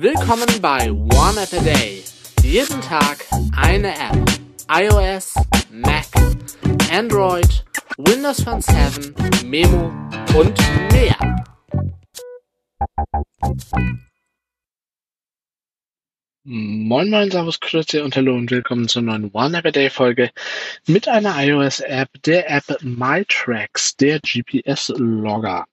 Willkommen bei One App a Day. Jeden Tag eine App. iOS, Mac, Android, Windows Phone 7, Memo und mehr. Moin moin, servus, grüezi und hallo und willkommen zur neuen One App a Day Folge mit einer iOS-App, der App MyTracks, der GPS-Logger.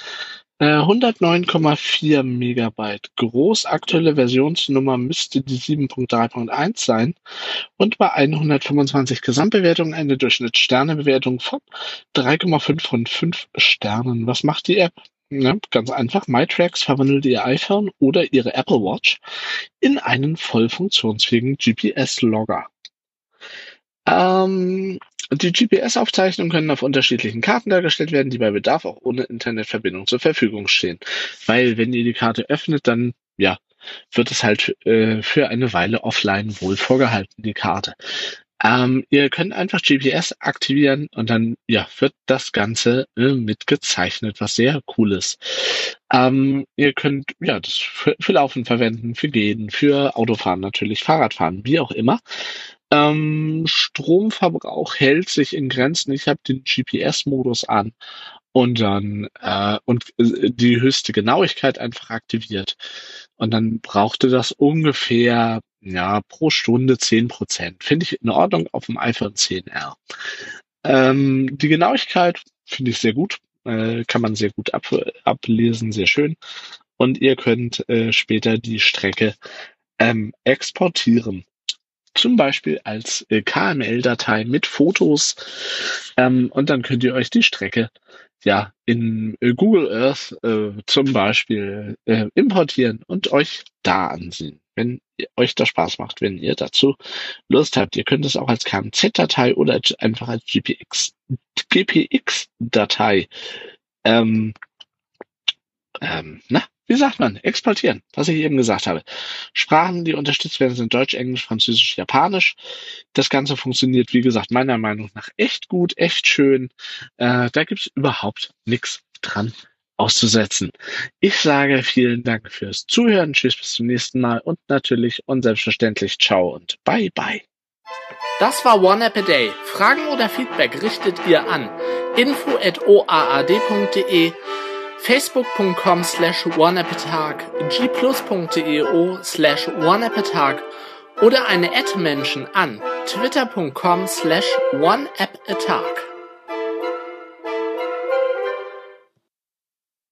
109,4 Megabyte groß, aktuelle Versionsnummer müsste die 7.3.1 sein und bei 125 Gesamtbewertungen eine Durchschnittssternebewertung von 3,5 von 5 Sternen. Was macht die App? Ja, ganz einfach. MyTracks verwandelt ihr iPhone oder ihre Apple Watch in einen voll funktionsfähigen GPS-Logger. Die GPS-Aufzeichnungen können auf unterschiedlichen Karten dargestellt werden, die bei Bedarf auch ohne Internetverbindung zur Verfügung stehen. Weil wenn ihr die Karte öffnet, dann wird es halt für eine Weile offline wohl vorgehalten, die Karte. Ihr könnt einfach GPS aktivieren und dann wird das Ganze mitgezeichnet, was sehr cool ist. Ihr könnt das für Laufen verwenden, für Gehen, für Autofahren natürlich, Fahrradfahren, wie auch immer. Stromverbrauch hält sich in Grenzen. Ich habe den GPS-Modus an und dann die höchste Genauigkeit einfach aktiviert. Und dann brauchte das ungefähr pro Stunde 10%. Finde ich in Ordnung auf dem iPhone XR. Die Genauigkeit finde ich sehr gut. Kann man sehr gut ablesen, sehr schön. Und ihr könnt später die Strecke exportieren. Zum Beispiel als KML-Datei mit Fotos. Und dann könnt ihr euch die Strecke in Google Earth zum Beispiel importieren und euch da ansehen, wenn euch das Spaß macht, wenn ihr dazu Lust habt. Ihr könnt es auch als KMZ-Datei oder einfach als GPX-Datei wie sagt man? Exportieren, was ich eben gesagt habe. Sprachen, die unterstützt werden, sind Deutsch, Englisch, Französisch, Japanisch. Das Ganze funktioniert, wie gesagt, meiner Meinung nach echt gut, echt schön. Da gibt's überhaupt nichts dran auszusetzen. Ich sage vielen Dank fürs Zuhören. Tschüss, bis zum nächsten Mal und natürlich und selbstverständlich ciao und bye bye. Das war One App a Day. Fragen oder Feedback richtet ihr an info@oaad.de, facebook.com/oneappatag, gplus.io/oneappatag oder eine @Menschen an twitter.com/oneappatag.